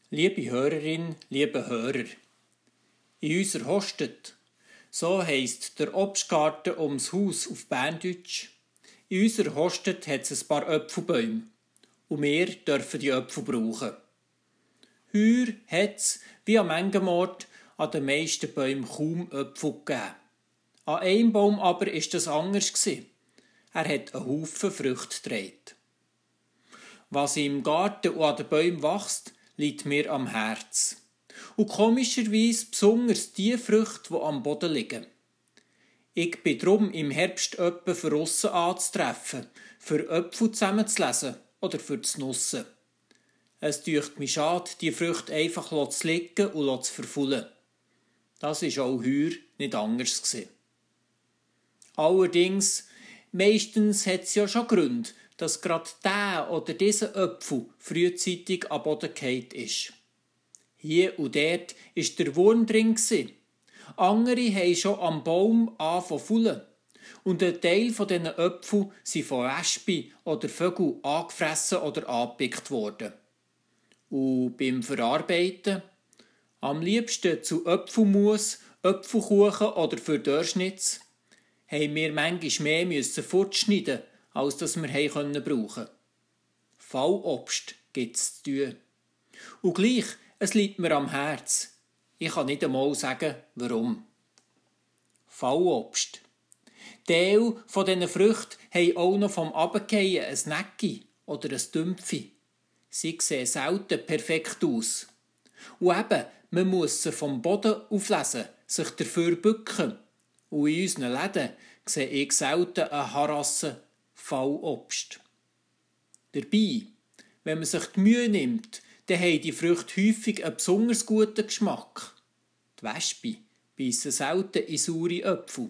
Liebe Hörerin, liebe Hörer, in unserer Hostet, so heisst der Obstgarten ums Haus auf Berndeutsch, in unserer Hostet hat es ein paar Äpfelbäume und wir dürfen die Äpfel brauchen. Heuer hat es, wie an manchem Ort, an den meisten Bäumen kaum Äpfel gegeben. An einem Baum aber war das anders. Er hat einen Haufen Früchte getragen. Was im Garten und an den Bäumen wächst, liegt mir am Herz. Und komischerweise besonders die Früchte, die am Boden liegen. Ich bin drum im Herbst öppe für aussen anzutreffen, für Äpfel zusammenzulesen oder für zu nussen. Es dünkt mich schade, die Früchte einfach zu liegen und zu verfaulen. Das war auch heuer nicht anders gewesen. Allerdings, meistens hat es ja schon Gründe, dass gerade der oder dieser Apfel frühzeitig am Boden gefallen ist. Hier und dort war der Wurm drin. Andere haben schon am Baum angefangen zu faulen. Und ein Teil dieser Äpfel sind von Wespen oder Vögeln angefressen oder angepickt worden. Und beim Verarbeiten? Am liebsten zu Äpfelmus, Äpfelkuchen oder für Dörrschnitz haben wir manchmal mehr fortschneiden, als dass wir brauchen konnten. Fallobst gibt es zu tun. Und gleich, es liegt mir am Herz. Ich kann nicht einmal sagen, warum. Fallobst. Teil von diesen Früchten haben auch noch vom Abgehen ein Necki oder ein Dümpfi. Sie sehen selten perfekt aus. Und eben, man muss sie vom Boden auflesen, sich dafür bücken. Und in unseren Läden sehe ich selten eine Harasse Fallobst. Dabei, wenn man sich die Mühe nimmt, dann haben die Früchte häufig einen besonders guten Geschmack. Die Wespen beißen selten in saure Äpfel.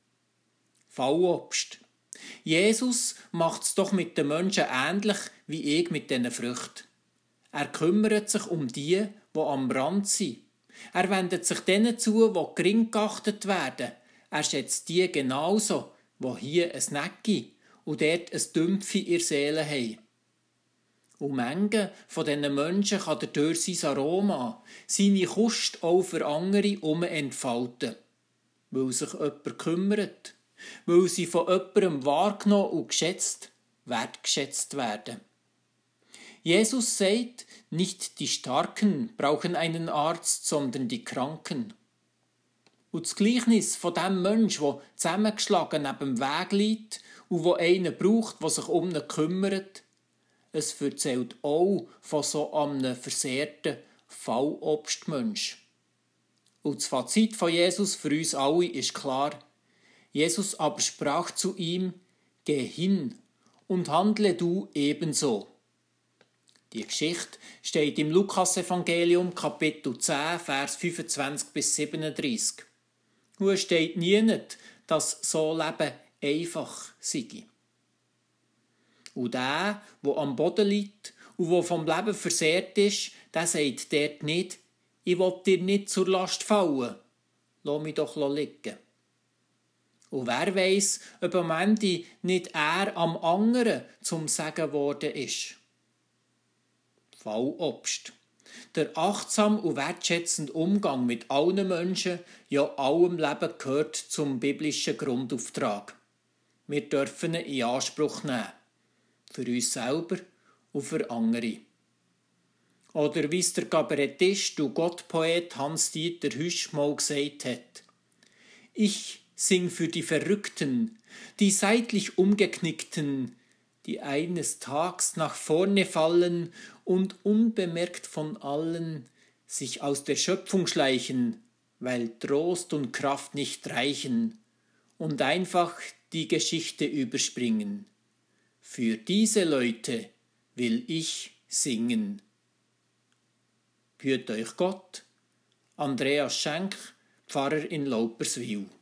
Fallobst. Jesus macht es doch mit den Menschen ähnlich wie ich mit diesen Früchten. Er kümmert sich um die am Rand sind. Er wendet sich denen zu, die gering geachtet werden. Er schätzt die genauso, die hier ein Necki und dort ein Dümpfi in der Seele haben. Und manche von diesen Menschen kann durch sein Aroma seine Kunst auch für andere entfalten. Weil sich jemand kümmert. Weil sie von jemandem wahrgenommen und wertgeschätzt werden. Jesus sagt, nicht die Starken brauchen einen Arzt, sondern die Kranken. Und das Gleichnis von dem Menschen, der zusammengeschlagen neben dem Weg liegt und der einen braucht, der sich um ihn kümmert, es erzählt auch von so einem versehrten Fallobstmensch. Und das Fazit von Jesus für uns alle ist klar. Jesus aber sprach zu ihm, geh hin und handle du ebenso. Die Geschichte steht im Lukas-Evangelium, Kapitel 10, Vers 25 bis 37. Und es steht nie, dass so Leben einfach sei. Und der am Boden liegt und der vom Leben versehrt ist, der sagt dort nicht, ich will dir nicht zur Last fallen, lass mich doch liegen. Und wer weiss, ob am Ende nicht er am anderen zum Segen worden ist. Fallobst. Der achtsam und wertschätzende Umgang mit allen Menschen, ja allem Leben gehört zum biblischen Grundauftrag. Wir dürfen ihn in Anspruch nehmen. Für uns selber und für andere. Oder wie es der Kabarettist und Gottpoet Hans-Dieter Hüsch mal gesagt hat. Ich sing für die Verrückten, die seitlich Umgeknickten, die eines Tags nach vorne fallen und unbemerkt von allen sich aus der Schöpfung schleichen, weil Trost und Kraft nicht reichen und einfach die Geschichte überspringen. Für diese Leute will ich singen. Hüt euch Gott, Andreas Schenk, Pfarrer in Lauperswil.